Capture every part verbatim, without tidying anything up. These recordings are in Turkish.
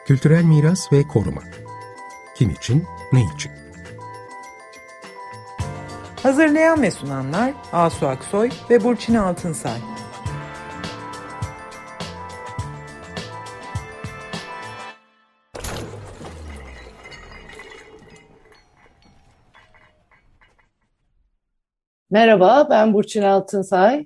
Kültürel miras ve koruma. Kim için, ne için? Hazırlayan ve sunanlar Asu Aksoy ve Burçin Altınsay. Merhaba, ben Burçin Altınsay.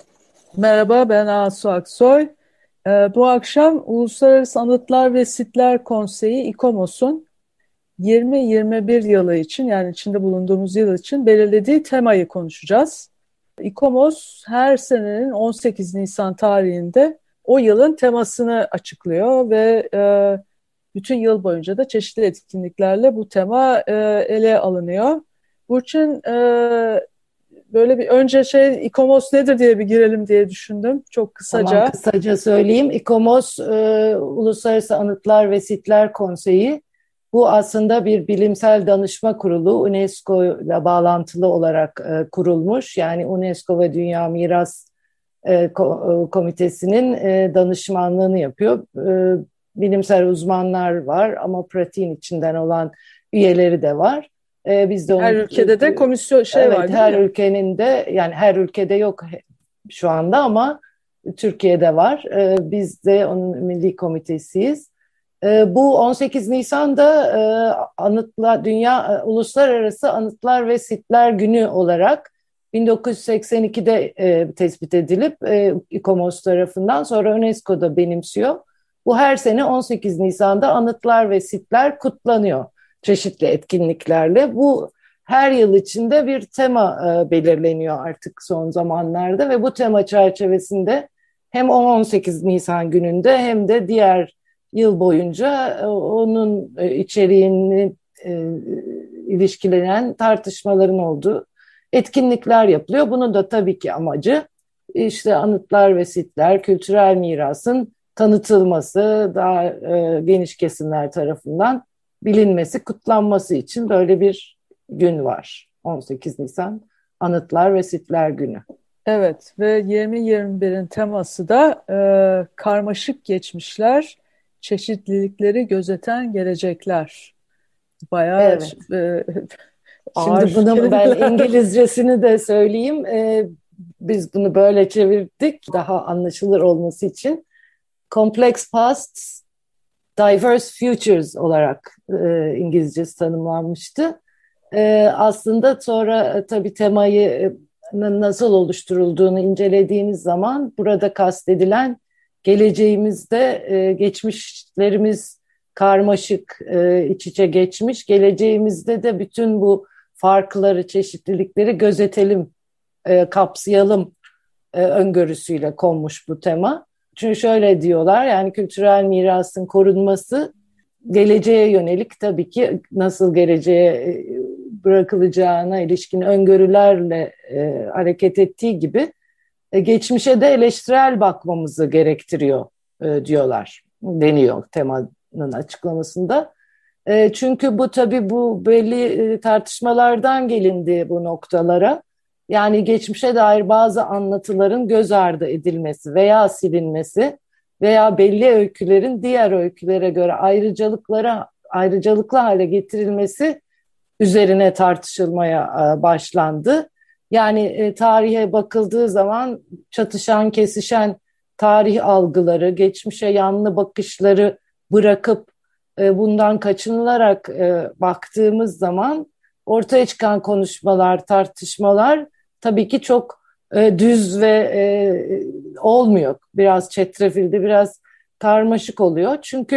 Merhaba, ben Asu Aksoy. Ee, bu akşam Uluslararası Anıtlar ve Sitler Konseyi İKOMOS'un yirmi yirmi bir yılı için, yani içinde bulunduğumuz yıl için belirlediği temayı konuşacağız. İKOMOS her senenin on sekiz Nisan tarihinde o yılın temasını açıklıyor ve e, bütün yıl boyunca da çeşitli etkinliklerle bu tema e, ele alınıyor. Burçin, e, böyle bir önce şey İKOMOS nedir diye bir girelim diye düşündüm. Çok kısaca. Tamam, kısaca söyleyeyim. İKOMOS, e, Uluslararası Anıtlar ve Sitler Konseyi. Bu aslında bir bilimsel danışma kurulu, UNESCO ile bağlantılı olarak e, kurulmuş. Yani UNESCO ve Dünya Miras e, ko- e, Komitesi'nin e, danışmanlığını yapıyor. E, bilimsel uzmanlar var ama pratiğin içinden olan üyeleri de var. Ee, biz de onu, her ülkede de komisyon şey evet, var değil her mi? ülkenin de, yani her ülkede yok şu anda ama Türkiye'de var. Ee, biz de onun milli komitesiyiz. Ee, bu on sekiz Nisan'da e, Anıtlar Dünya e, Uluslararası Anıtlar ve Sitler Günü olarak bin dokuz yüz seksen ikide e, tespit edilip e, İKOMOS tarafından, sonra UNESCO'da benimsiyor. Bu her sene on sekiz Nisan'da anıtlar ve sitler kutlanıyor çeşitli etkinliklerle. Bu her yıl içinde bir tema e, belirleniyor artık son zamanlarda ve bu tema çerçevesinde hem on sekiz Nisan gününde hem de diğer yıl boyunca e, onun e, içeriğini e, ilişkilenen tartışmaların olduğu etkinlikler yapılıyor. Bunun da tabii ki amacı işte anıtlar ve sitler, kültürel mirasın tanıtılması, daha e, geniş kesimler tarafından bilinmesi, kutlanması için böyle bir gün var. on sekiz Nisan Anıtlar ve Sitler Günü. Evet ve yirmi yirmi birin teması da e, karmaşık geçmişler, çeşitlilikleri gözeten gelecekler. Bayağı evet. e, Şimdi bunu ben İngilizcesini de söyleyeyim. E, biz bunu böyle çevirdik daha anlaşılır olması için. Complex Pasts, Diverse Futures olarak e, İngilizcesi tanımlanmıştı. E, aslında sonra e, tabii temayı e, nasıl oluşturulduğunu incelediğimiz zaman burada kastedilen geleceğimizde e, geçmişlerimiz karmaşık, e, iç içe geçmiş. Geleceğimizde de bütün bu farkları, çeşitlilikleri gözetelim, e, kapsayalım e, öngörüsüyle konmuş bu tema. Çünkü şöyle diyorlar, yani kültürel mirasın korunması geleceğe yönelik, tabii ki nasıl geleceğe bırakılacağına ilişkin öngörülerle e, hareket ettiği gibi e, geçmişe de eleştirel bakmamızı gerektiriyor e, diyorlar, deniyor temanın açıklamasında. E, çünkü bu tabii bu belli e, tartışmalardan gelindi bu noktalara. Yani geçmişe dair bazı anlatıların göz ardı edilmesi veya silinmesi veya belli öykülerin diğer öykülere göre ayrıcalıklara ayrıcalıklı hale getirilmesi üzerine tartışılmaya başlandı. Yani e, tarihe bakıldığı zaman çatışan, kesişen tarih algıları, geçmişe yanlı bakışları bırakıp e, bundan kaçınılarak e, baktığımız zaman ortaya çıkan konuşmalar, tartışmalar tabii ki çok e, düz ve e, olmuyor. Biraz çetrefilli, biraz karmaşık oluyor. Çünkü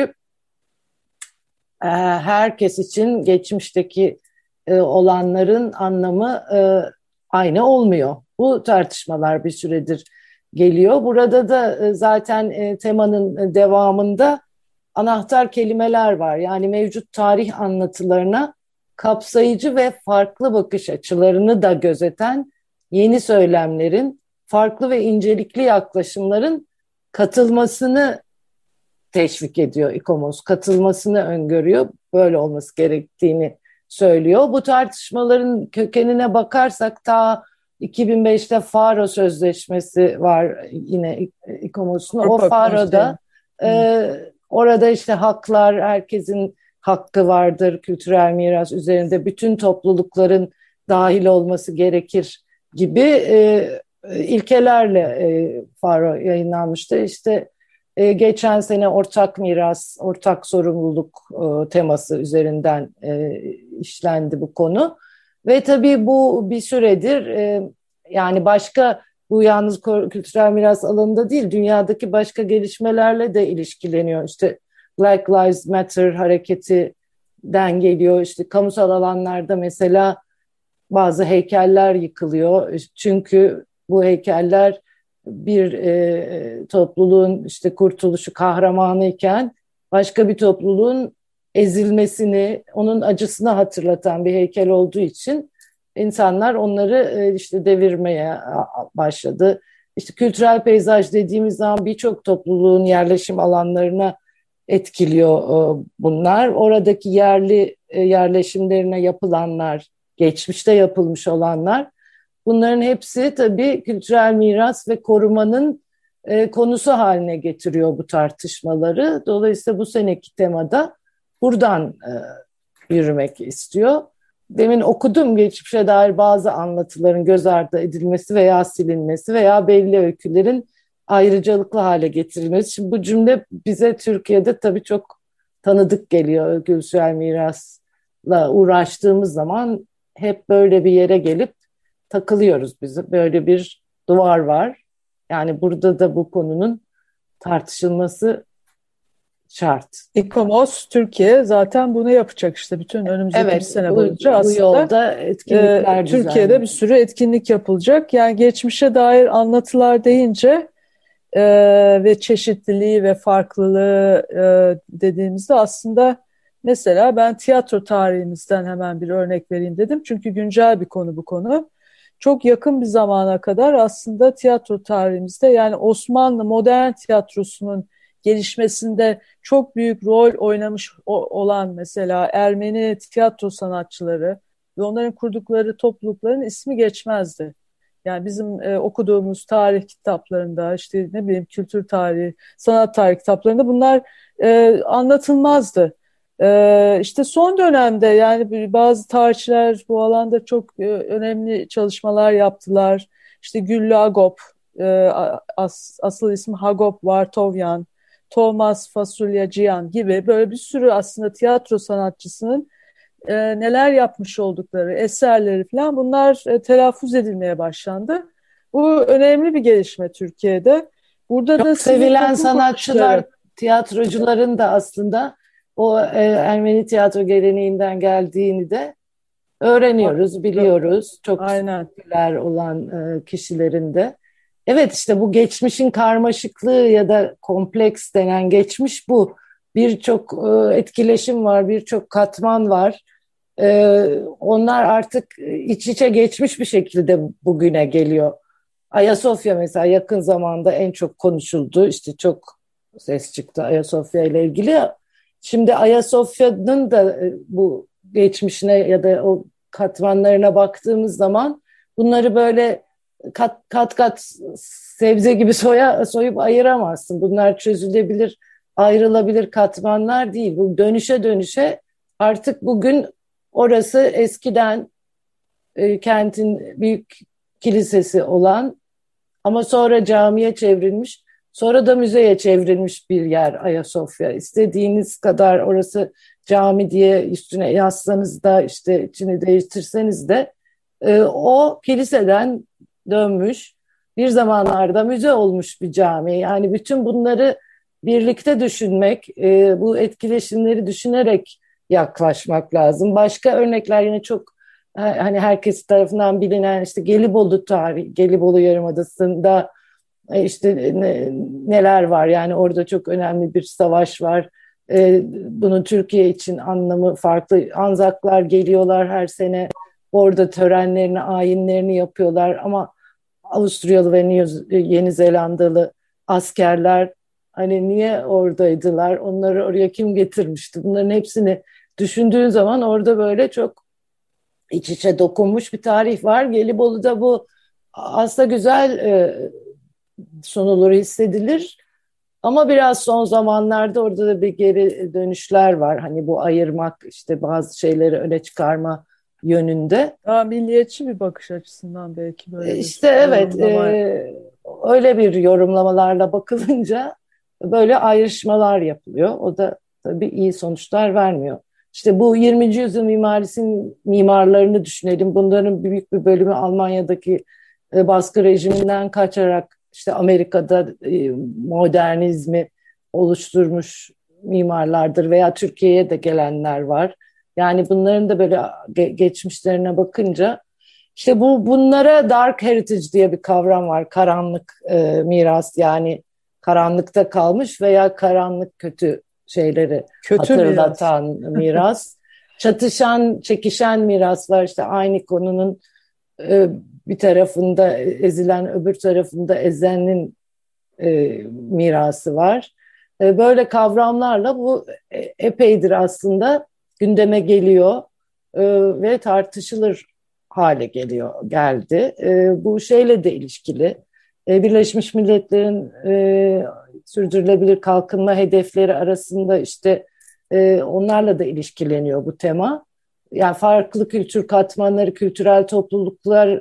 e, herkes için geçmişteki e, olanların anlamı e, aynı olmuyor. Bu tartışmalar bir süredir geliyor. Burada da e, zaten e, temanın devamında anahtar kelimeler var. Yani mevcut tarih anlatılarına kapsayıcı ve farklı bakış açılarını da gözeten yeni söylemlerin, farklı ve incelikli yaklaşımların katılmasını teşvik ediyor İKOMOS. Katılmasını öngörüyor. Böyle olması gerektiğini söylüyor. Bu tartışmaların kökenine bakarsak ta iki bin beşte Faro Sözleşmesi var yine İKOMOS'un. O Faro'da e, orada işte haklar, herkesin hakkı vardır kültürel miras üzerinde, bütün toplulukların dahil olması gerekir gibi e, ilkelerle e, Faro yayınlanmıştı. İşte e, geçen sene ortak miras, ortak sorumluluk e, teması üzerinden e, işlendi bu konu. Ve tabii bu bir süredir e, yani başka, bu yalnız kültürel miras alanında değil, dünyadaki başka gelişmelerle de ilişkileniyor. İşte Black Lives Matter hareketinden geliyor. İşte kamusal alanlarda mesela bazı heykeller yıkılıyor. Çünkü bu heykeller bir e, topluluğun işte kurtuluşu kahramanı iken başka bir topluluğun ezilmesini, onun acısını hatırlatan bir heykel olduğu için insanlar onları e, işte devirmeye başladı. İşte kültürel peyzaj dediğimiz zaman birçok topluluğun yerleşim alanlarına etkiliyor e, bunlar. Oradaki yerli e, yerleşimlerine yapılanlar, geçmişte yapılmış olanlar, bunların hepsi tabii kültürel miras ve korumanın e, konusu haline getiriyor bu tartışmaları. Dolayısıyla bu seneki temada buradan e, yürümek istiyor. Demin okudum, geçmişe dair bazı anlatıların göz ardı edilmesi veya silinmesi veya belli öykülerin ayrıcalıklı hale getirilmesi. Şimdi bu cümle bize Türkiye'de tabii çok tanıdık geliyor. Kültürel mirasla uğraştığımız zaman hep böyle bir yere gelip takılıyoruz biz. Böyle bir duvar var. Yani burada da bu konunun tartışılması şart. İKOMOS Türkiye zaten bunu yapacak işte bütün önümüzdeki Evet, bir sene bu, boyunca bu aslında yolda etkinlikler e, Türkiye'de bir sürü etkinlik yapılacak. Yani geçmişe dair anlatılar deyince e, ve çeşitliliği ve farklılığı e, dediğimizde aslında mesela ben tiyatro tarihimizden hemen bir örnek vereyim dedim. Çünkü güncel bir konu bu konu. Çok yakın bir zamana kadar aslında tiyatro tarihimizde, yani Osmanlı modern tiyatrosunun gelişmesinde çok büyük rol oynamış olan mesela Ermeni tiyatro sanatçıları ve onların kurdukları toplulukların ismi geçmezdi. Yani bizim e, okuduğumuz tarih kitaplarında, işte ne bileyim kültür tarihi, sanat tarihi kitaplarında bunlar e, anlatılmazdı. E, işte son dönemde yani bazı tarihçiler bu alanda çok e, önemli çalışmalar yaptılar. İşte Güllü Agop, e, as, asıl ismi Hagop Vartovyan, Thomas Fasulyacıyan gibi böyle bir sürü aslında tiyatro sanatçısının e, neler yapmış oldukları, eserleri falan, bunlar e, telaffuz edilmeye başlandı. Bu önemli bir gelişme Türkiye'de. Burada çok da sevilen sanatçılar, tiyatrocuların da aslında o e, Ermeni tiyatro geleneğinden geldiğini de öğreniyoruz, biliyoruz. Çok aynen popüler olan e, kişilerin de. Evet, işte bu geçmişin karmaşıklığı ya da kompleks denen geçmiş bu. Birçok e, etkileşim var, birçok katman var. E, onlar artık iç içe geçmiş bir şekilde bugüne geliyor. Ayasofya mesela yakın zamanda en çok konuşuldu. İşte çok ses çıktı Ayasofya ile ilgili. Şimdi Ayasofya'nın da e, bu geçmişine ya da o katmanlarına baktığımız zaman bunları böyle kat kat, kat sebze gibi soya, soyup ayıramazsın. Bunlar çözülebilir, ayrılabilir katmanlar değil. Bu dönüşe dönüşe artık bugün orası eskiden e, kentin büyük kilisesi olan ama sonra camiye çevrilmiş, sonra da müzeye çevrilmiş bir yer Ayasofya. İstediğiniz kadar orası cami diye üstüne yazsanız da, işte içini değiştirseniz de e, o kiliseden dönmüş, bir zamanlarda müze olmuş bir cami. Yani bütün bunları birlikte düşünmek, e, bu etkileşimleri düşünerek yaklaşmak lazım. Başka örnekler yine çok hani herkes tarafından bilinen, işte Gelibolu tarihi, Gelibolu Yarımadası'nda işte ne, neler var, yani orada çok önemli bir savaş var. Ee, bunun Türkiye için anlamı farklı. Anzaklar geliyorlar her sene, orada törenlerini, ayinlerini yapıyorlar ama Avusturyalı ve Yeni Zelandalı askerler hani niye oradaydılar? Onları oraya kim getirmişti? Bunların hepsini düşündüğün zaman orada böyle çok iç içe dokunmuş bir tarih var. Gelibolu'da bu aslında güzel e, sunulur, hissedilir. Ama biraz son zamanlarda orada da bir geri dönüşler var. Hani bu ayırmak, işte bazı şeyleri öne çıkarma yönünde. Daha milliyetçi bir bakış açısından belki E, böyle bir İşte evet, yorumlama. e, öyle bir yorumlamalarla bakılınca böyle ayrışmalar yapılıyor. O da tabii iyi sonuçlar vermiyor. İşte bu yirminci yüzyıl mimarisinin mimarlarını düşünelim. Bunların büyük bir bölümü Almanya'daki e, baskı rejiminden kaçarak işte Amerika'da e, modernizmi oluşturmuş mimarlardır veya Türkiye'ye de gelenler var. Yani bunların da böyle ge- geçmişlerine bakınca işte bu bunlara dark heritage diye bir kavram var. Karanlık e, miras, yani karanlıkta kalmış veya karanlık kötü şeyleri Kötü miras. hatırlatan miras. Çatışan, çekişen miras var. İşte aynı konunun e, bir tarafında ezilen, öbür tarafında ezenin e, mirası var. E, böyle kavramlarla bu e, epeydir aslında gündeme geliyor e, ve tartışılır hale geliyor, geldi. E, bu şeyle de ilişkili. E, Birleşmiş Milletler'in e, sürdürülebilir kalkınma hedefleri arasında işte e, onlarla da ilişkileniyor bu tema. Yani farklı kültür katmanları, kültürel topluluklar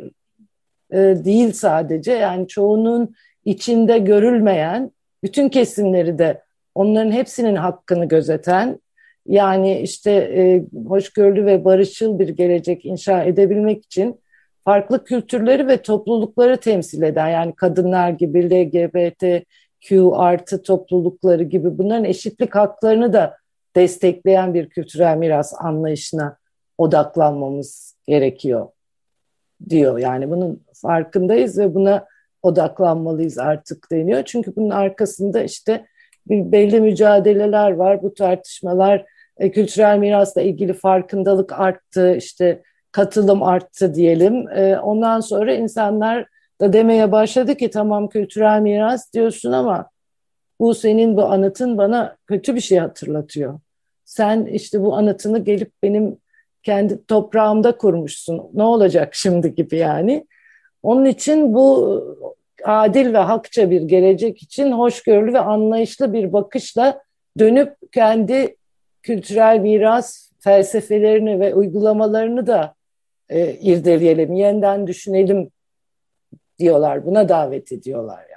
e, değil sadece. Yani çoğunun içinde görülmeyen, bütün kesimleri de onların hepsinin hakkını gözeten, yani işte e, hoşgörülü ve barışçıl bir gelecek inşa edebilmek için farklı kültürleri ve toplulukları temsil eden, yani kadınlar gibi, L G B T Q artı toplulukları gibi bunların eşitlik haklarını da destekleyen bir kültürel miras anlayışına odaklanmamız gerekiyor diyor. Yani bunun farkındayız ve buna odaklanmalıyız artık deniyor. Çünkü bunun arkasında işte bir belli mücadeleler var. Bu tartışmalar e, kültürel mirasla ilgili farkındalık arttı, işte katılım arttı diyelim. E, ondan sonra insanlar da demeye başladı ki tamam kültürel miras diyorsun ama bu senin bu anıtın bana kötü bir şey hatırlatıyor. Sen işte bu anıtını gelip benim kendi toprağımda kurmuşsun. Ne olacak şimdi gibi yani. Onun için bu adil ve hakça bir gelecek için hoşgörülü ve anlayışlı bir bakışla dönüp kendi kültürel miras felsefelerini ve uygulamalarını da e, irdeleyelim, yeniden düşünelim diyorlar. Buna davet ediyorlar yani.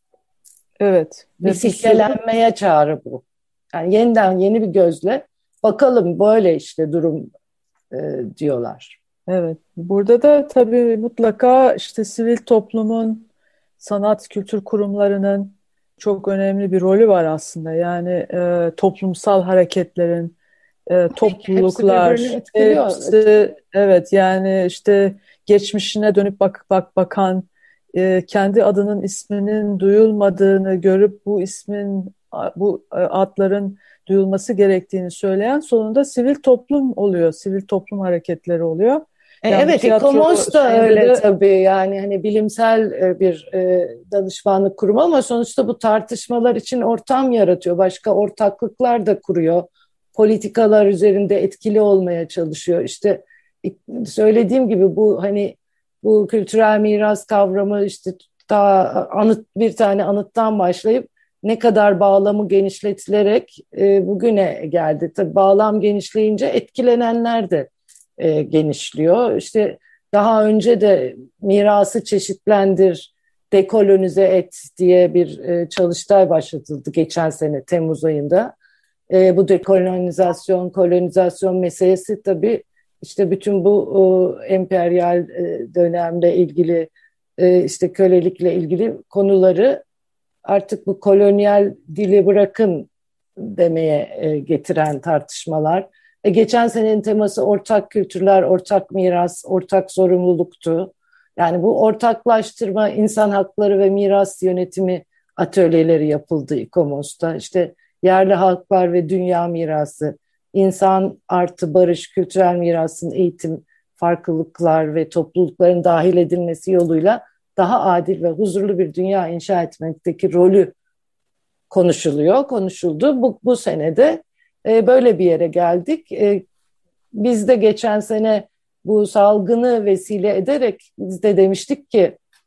Evet. Bir Ve bir sürü, silkelenmeye çağrı bu. Yani yeniden yeni bir gözle bakalım böyle işte durum e, diyorlar. evet. Burada da tabii mutlaka işte sivil toplumun, sanat kültür kurumlarının çok önemli bir rolü var aslında. Yani e, toplumsal hareketlerin, e, Hepsi birbirini topluluklar etkiliyor. hepsi, evet, yani işte geçmişine dönüp bak bak bakan, e, kendi adının isminin duyulmadığını görüp bu ismin bu e, adların duyulması gerektiğini söyleyen sonunda sivil toplum oluyor. Sivil toplum hareketleri oluyor. E, Yani bu evet, tiyatro İKOMOS da şeyinde öyle de tabii, yani hani bilimsel e, bir e, danışmanlık kurumu ama sonuçta bu tartışmalar için ortam yaratıyor. Başka ortaklıklar da kuruyor. Politikalar üzerinde etkili olmaya çalışıyor. İşte söylediğim gibi bu hani bu kültürel miras kavramı işte daha anıt, bir tane anıttan başlayıp ne kadar bağlamı genişletilerek e, bugüne geldi. Tabii bağlam genişleyince etkilenenler de e, genişliyor. İşte daha önce de mirası çeşitlendir, dekolonize et diye bir e, çalıştay başlatıldı geçen sene Temmuz ayında. E, bu dekolonizasyon, kolonizasyon meselesi tabii işte bütün bu e, emperyal e, dönemle ilgili e, işte kölelikle ilgili konuları artık bu kolonyal dili bırakın demeye e, getiren tartışmalar. E, geçen senenin teması ortak kültürler, ortak miras, ortak sorumluluktu. Yani bu ortaklaştırma, insan hakları ve miras yönetimi atölyeleri yapıldı İKOMOS'ta. İşte yerli halklar ve dünya mirası, insan artı barış, kültürel mirasın eğitim, farklılıklar ve toplulukların dahil edilmesi yoluyla daha adil ve huzurlu bir dünya inşa etmekteki rolü konuşuluyor, konuşuldu. Bu, bu senede e, böyle bir yere geldik. E, biz de geçen sene bu salgını vesile ederek biz de demiştik ki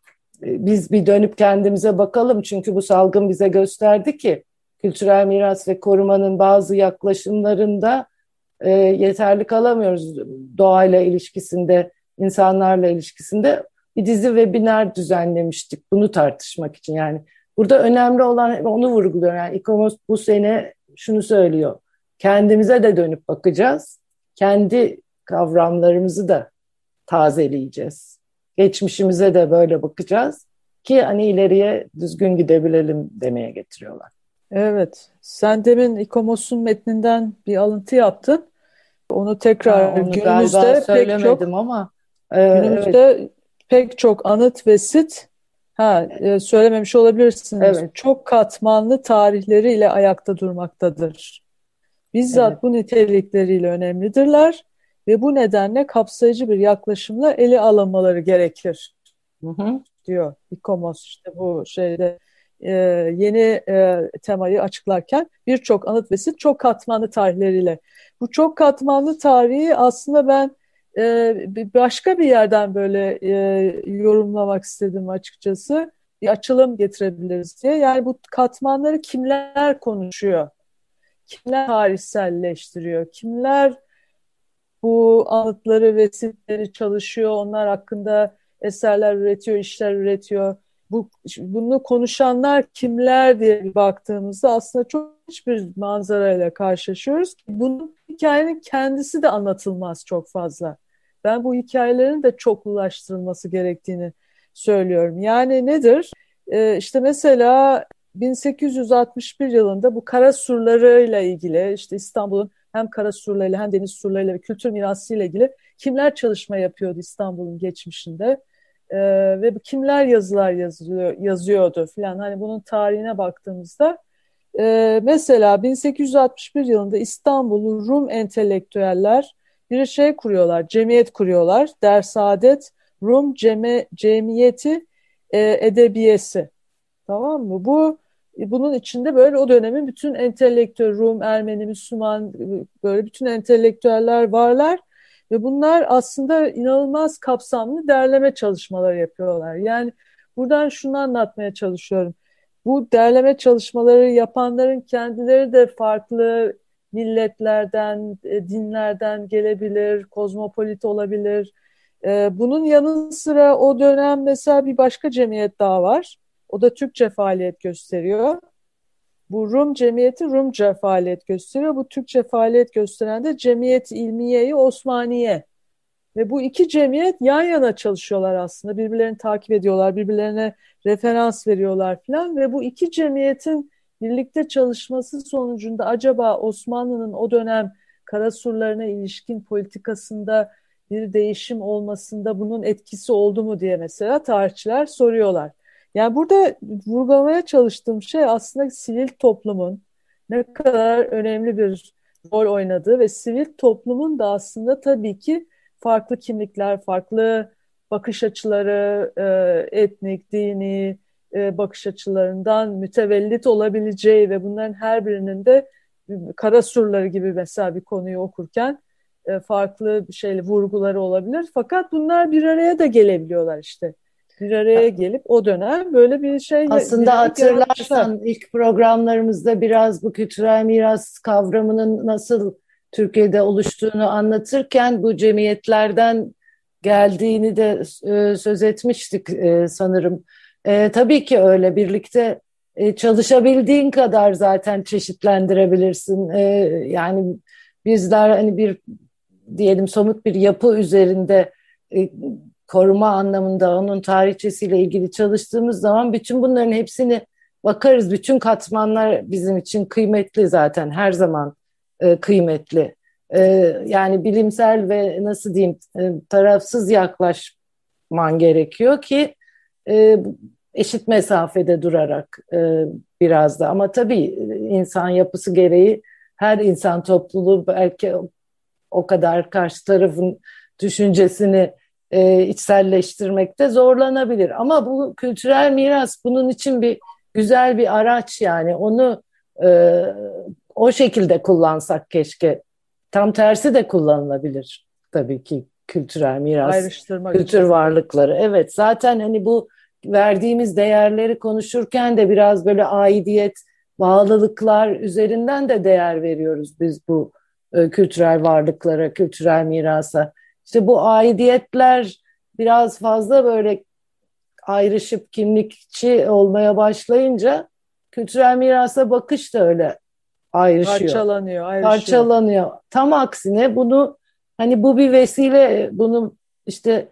biz bir dönüp kendimize bakalım. Çünkü bu salgın bize gösterdi ki kültürel miras ve korumanın bazı yaklaşımlarında e, yeterli kalamıyoruz. Doğayla ilişkisinde, insanlarla ilişkisinde bir dizi webinar düzenlemiştik bunu tartışmak için. Yani burada önemli olan onu vurguluyor. Yani İKOMOS bu sene şunu söylüyor. Kendimize de dönüp bakacağız. Kendi kavramlarımızı da tazeleyeceğiz. Geçmişimize de böyle bakacağız ki hani ileriye düzgün gidebilelim demeye getiriyorlar. Evet, sen demin İKOMOS'un metninden bir alıntı yaptın. Onu tekrar Ha, onu günümüzde galiba pek söylemedim çok ama e, günümüzde evet, pek çok anıt ve sit ha e, söylememiş olabilirsiniz. evet, Çok katmanlı tarihleriyle ayakta durmaktadır. evet. Bizzat bu nitelikleriyle önemlidirler ve bu nedenle kapsayıcı bir yaklaşımla ele alınmaları gerekir Hı hı. diyor İKOMOS işte bu şeyde e, yeni e, temayı açıklarken birçok anıt ve sit çok katmanlı tarihleriyle. Bu çok katmanlı tarihi aslında ben e, bir başka bir yerden böyle e, yorumlamak istedim açıkçası. Bir açılım getirebiliriz diye. Yani bu katmanları kimler konuşuyor? Kimler tarihselleştiriyor? Kimler bu anıtları ve sitleri çalışıyor? Onlar hakkında eserler üretiyor, işler üretiyor. Bu, bunu konuşanlar kimler diye bir baktığımızda aslında çok hiçbir manzarayla karşılaşıyoruz. Bunun hikayenin kendisi de anlatılmaz çok fazla. Ben bu hikayelerin de çoklulaştırılması gerektiğini söylüyorum. Yani nedir? Ee, işte mesela bin sekiz yüz altmış bir yılında bu kara surlarıyla ilgili işte İstanbul'un hem kara surlarıyla hem deniz surlarıyla ve kültür mirası ile ilgili kimler çalışma yapıyordu İstanbul'un geçmişinde ee, ve kimler yazılar yazıyor, yazıyordu filan. Hani bunun tarihine baktığımızda e, mesela bin sekiz yüz altmış bir yılında İstanbul'u Rum entelektüeller bir şey kuruyorlar, cemiyet kuruyorlar. Dersaadet Rum Ceme, Cemiyeti e, Edebiyesi. Tamam mı? Bu bunun içinde böyle o dönemin bütün entelektüel Rum, Ermeni, Müslüman böyle bütün entelektüeller varlar ve bunlar aslında inanılmaz kapsamlı derleme çalışmaları yapıyorlar. Yani buradan şunu anlatmaya çalışıyorum. Bu derleme çalışmaları yapanların kendileri de farklı milletlerden, e, dinlerden gelebilir, kozmopolit olabilir. E, Bunun yanı sıra o dönem mesela bir başka cemiyet daha var. O da Türkçe faaliyet gösteriyor. Bu Rum cemiyeti Rumca faaliyet gösteriyor. Bu Türkçe faaliyet gösteren de Cemiyet-i İlmiye-i Osmaniye. Ve bu iki cemiyet yan yana çalışıyorlar aslında. Birbirlerini takip ediyorlar, birbirlerine referans veriyorlar falan. Ve bu iki cemiyetin birlikte çalışması sonucunda acaba Osmanlı'nın o dönem Karasurlarına ilişkin politikasında bir değişim olmasında bunun etkisi oldu mu diye mesela tarihçiler soruyorlar. Yani burada vurgulamaya çalıştığım şey aslında sivil toplumun ne kadar önemli bir rol oynadığı ve sivil toplumun da aslında tabii ki farklı kimlikler, farklı bakış açıları, e, etnik, dini e, bakış açılarından mütevellit olabileceği ve bunların her birinin de kara surları gibi mesela bir konuyu okurken e, farklı bir şeyle vurguları olabilir. Fakat bunlar bir araya da gelebiliyorlar işte. Bir araya gelip o dönem böyle bir şey Aslında dinamik yaratmışlar. hatırlarsan ilk programlarımızda biraz bu kültürel miras kavramının nasıl Türkiye'de oluştuğunu anlatırken bu cemiyetlerden geldiğini de e, söz etmiştik e, sanırım. E, tabii ki öyle birlikte e, çalışabildiğin kadar zaten çeşitlendirebilirsin. E, yani bizler hani bir diyelim somut bir yapı üzerinde e, koruma anlamında onun tarihçesiyle ilgili çalıştığımız zaman bütün bunların hepsini bakarız. Bütün katmanlar bizim için kıymetli zaten her zaman e, kıymetli. E, yani bilimsel ve nasıl diyeyim e, tarafsız yaklaşman gerekiyor ki e, eşit mesafede durarak e, biraz da. Ama tabii insan yapısı gereği her insan topluluğu belki o kadar karşı tarafın düşüncesini e, içselleştirmekte zorlanabilir. Ama bu kültürel miras bunun için bir güzel bir araç yani onu e, o şekilde kullansak keşke. Tam tersi de kullanılabilir tabii ki kültürel miras, Ayrıştırmak kültür için. varlıkları. Evet zaten hani bu verdiğimiz değerleri konuşurken de biraz böyle aidiyet, bağlılıklar üzerinden de değer veriyoruz biz bu e, kültürel varlıklara, kültürel mirasa. İşte bu aidiyetler biraz fazla böyle ayrışıp kimlikçi olmaya başlayınca kültürel mirasa bakış da öyle ayrışıyor. Parçalanıyor, ayrışıyor. Parçalanıyor. Tam aksine bunu hani bu bir vesile, bunu işte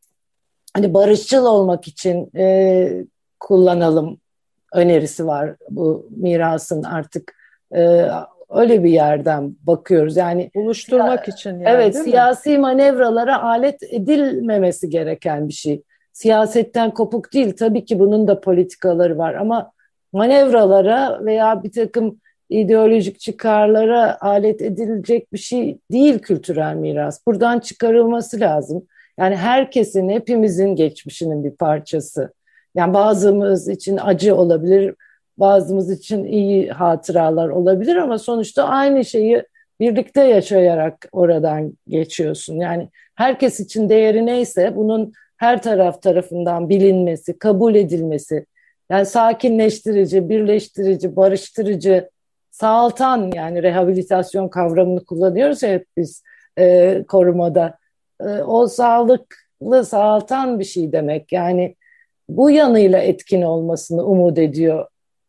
hani barışçıl olmak için e, kullanalım önerisi var. Bu mirasın artık e, öyle bir yerden bakıyoruz. Yani buluşturmak ya, için yani, evet, değil siyasi mi? manevralara alet edilmemesi gereken bir şey. Siyasetten kopuk değil. Tabii ki bunun da politikaları var ama manevralara veya bir takım ideolojik çıkarlara alet edilecek bir şey değil kültürel miras. Buradan çıkarılması lazım. Yani herkesin, hepimizin geçmişinin bir parçası. Yani bazımız için acı olabilir, bazımız için iyi hatıralar olabilir ama sonuçta aynı şeyi birlikte yaşayarak oradan geçiyorsun. Yani herkes için değeri neyse bunun her taraf tarafından bilinmesi, kabul edilmesi, yani sakinleştirici, birleştirici, barıştırıcı, sağaltan, yani rehabilitasyon kavramını kullanıyoruz ya hep biz e, korumada. E, o sağlıklı, sağaltan bir şey demek. Yani bu yanıyla etkin olmasını umut ediyor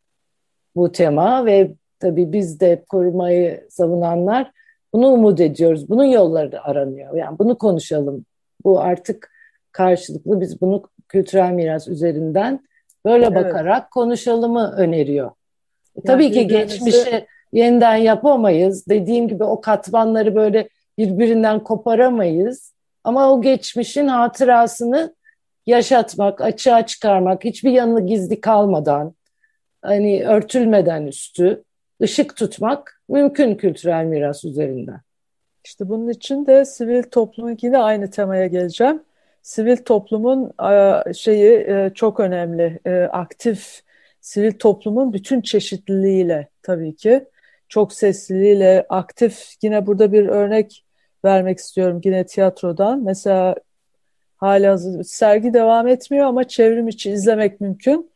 bu tema ve tabii biz de korumayı savunanlar bunu umut ediyoruz. Bunun yolları aranıyor. Yani bunu konuşalım. Bu artık karşılıklı, biz bunu kültürel miras üzerinden böyle Evet. bakarak konuşalımı öneriyor. Yani tabii ki birbirimizi... geçmişi yeniden yapamayız. Dediğim gibi o katmanları böyle birbirinden koparamayız. Ama o geçmişin hatırasını yaşatmak, açığa çıkarmak, hiçbir yanı gizli kalmadan, hani örtülmeden üstü, ışık tutmak mümkün kültürel miras üzerinden. İşte bunun için de sivil toplumun, yine aynı temaya geleceğim. Sivil toplumun şeyi çok önemli. Aktif sivil toplumun bütün çeşitliliğiyle, tabii ki çok sesliliğiyle aktif. Yine burada bir örnek vermek istiyorum yine tiyatrodan. Mesela halihazırda sergi devam etmiyor ama çevrim içi izlemek mümkün.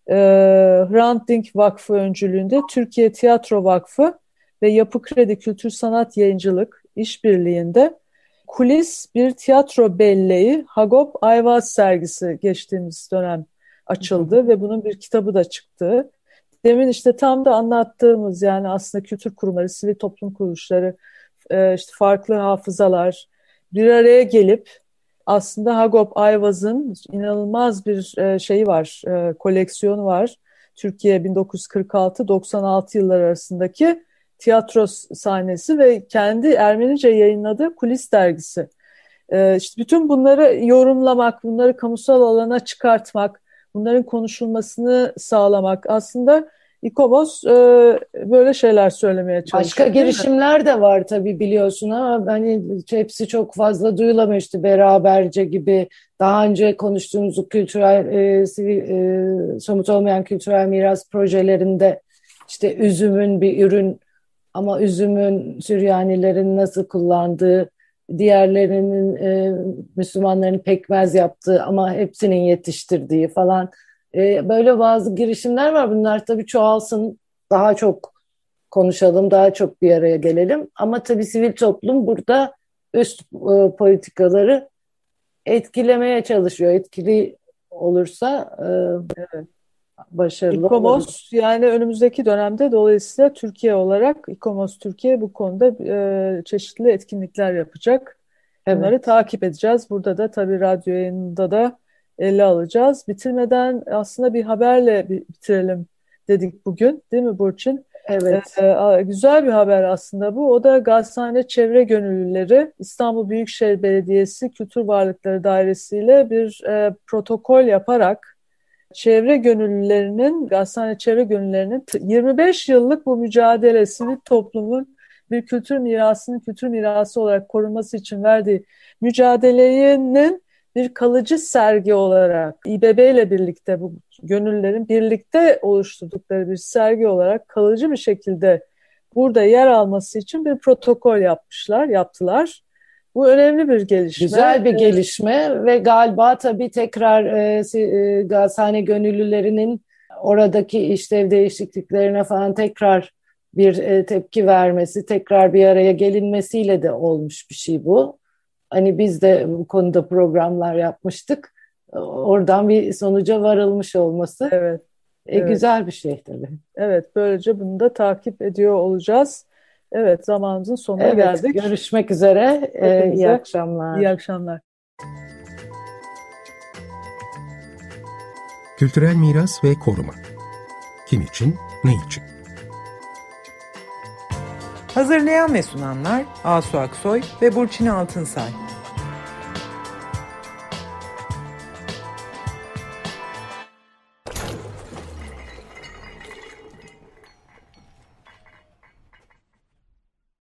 Hrant Dink Vakfı öncülüğünde Türkiye Tiyatro Vakfı ve Yapı Kredi Kültür Sanat Yayıncılık işbirliğinde Kulis bir tiyatro belleği Hagop Ayvaz sergisi geçtiğimiz dönem açıldı hı hı. Ve bunun bir kitabı da çıktı. Demin işte tam da anlattığımız, yani aslında kültür kurumları, sivil toplum kuruluşları, işte farklı hafızalar bir araya gelip aslında Hagop Ayvaz'ın inanılmaz bir şeyi var, koleksiyonu var. Türkiye bin dokuz yüz kırk altı doksan altı yılları arasındaki tiyatro sahnesi ve kendi Ermenice yayınladığı Kulis dergisi. İşte bütün bunları yorumlamak, bunları kamusal alana çıkartmak, bunların konuşulmasını sağlamak, aslında İKOMOS e, böyle şeyler söylemeye çalışıyor. Başka girişimler de var tabii, biliyorsun, ama hani hepsi çok fazla duyulamıştı. Beraberce gibi, daha önce konuştuğumuz kültürel, e, sivil, e, somut olmayan kültürel miras projelerinde işte üzümün bir ürün ama üzümün Süryanilerin nasıl kullandığı, diğerlerinin e, Müslümanların pekmez yaptığı ama hepsinin yetiştirdiği falan. Böyle bazı girişimler var. Bunlar tabii çoğalsın, daha çok konuşalım, daha çok bir araya gelelim. Ama tabii sivil toplum burada üst e, politikaları etkilemeye çalışıyor. Etkili olursa e, evet. başarılı İKOMOS oluruz. yani önümüzdeki dönemde dolayısıyla Türkiye olarak İKOMOS Türkiye bu konuda e, çeşitli etkinlikler yapacak. Bunları evet. takip edeceğiz. Burada da tabii radyo yayınında da ele alacağız. Bitirmeden aslında bir haberle bitirelim dedik bugün, değil mi Burçin? Evet. Ee, güzel bir haber aslında bu. O da Gazhane Çevre Gönüllüleri İstanbul Büyükşehir Belediyesi Kültür Varlıkları Dairesi ile bir e, protokol yaparak çevre gönüllülerinin, Gazhane Çevre Gönüllülerinin yirmi beş yıllık bu mücadele, sivil toplumun bir kültür mirasının kültür mirası olarak korunması için verdiği mücadelenin bir kalıcı sergi olarak İBB ile birlikte, bu gönüllülerin birlikte oluşturdukları bir sergi olarak kalıcı bir şekilde burada yer alması için bir protokol yapmışlar, yaptılar. Bu önemli bir gelişme. Güzel bir Evet. gelişme ve galiba tabii tekrar e, e, Gazhane gönüllülerinin oradaki işlev değişikliklerine falan tekrar bir e, tepki vermesi, tekrar bir araya gelinmesiyle de olmuş bir şey bu. Hani biz de bu konuda programlar yapmıştık. Oradan bir sonuca varılmış olması Evet, e, evet. güzel bir şey tabii. Evet, böylece bunu da takip ediyor olacağız. Evet, zamanımızın sonuna Evet, geldik. görüşmek üzere. E, iyi Hepinize akşamlar. iyi akşamlar. Kültürel miras ve koruma. Kim için, ne için? Hazırlayan ve sunanlar Asu Aksoy ve Burçin Altınsay.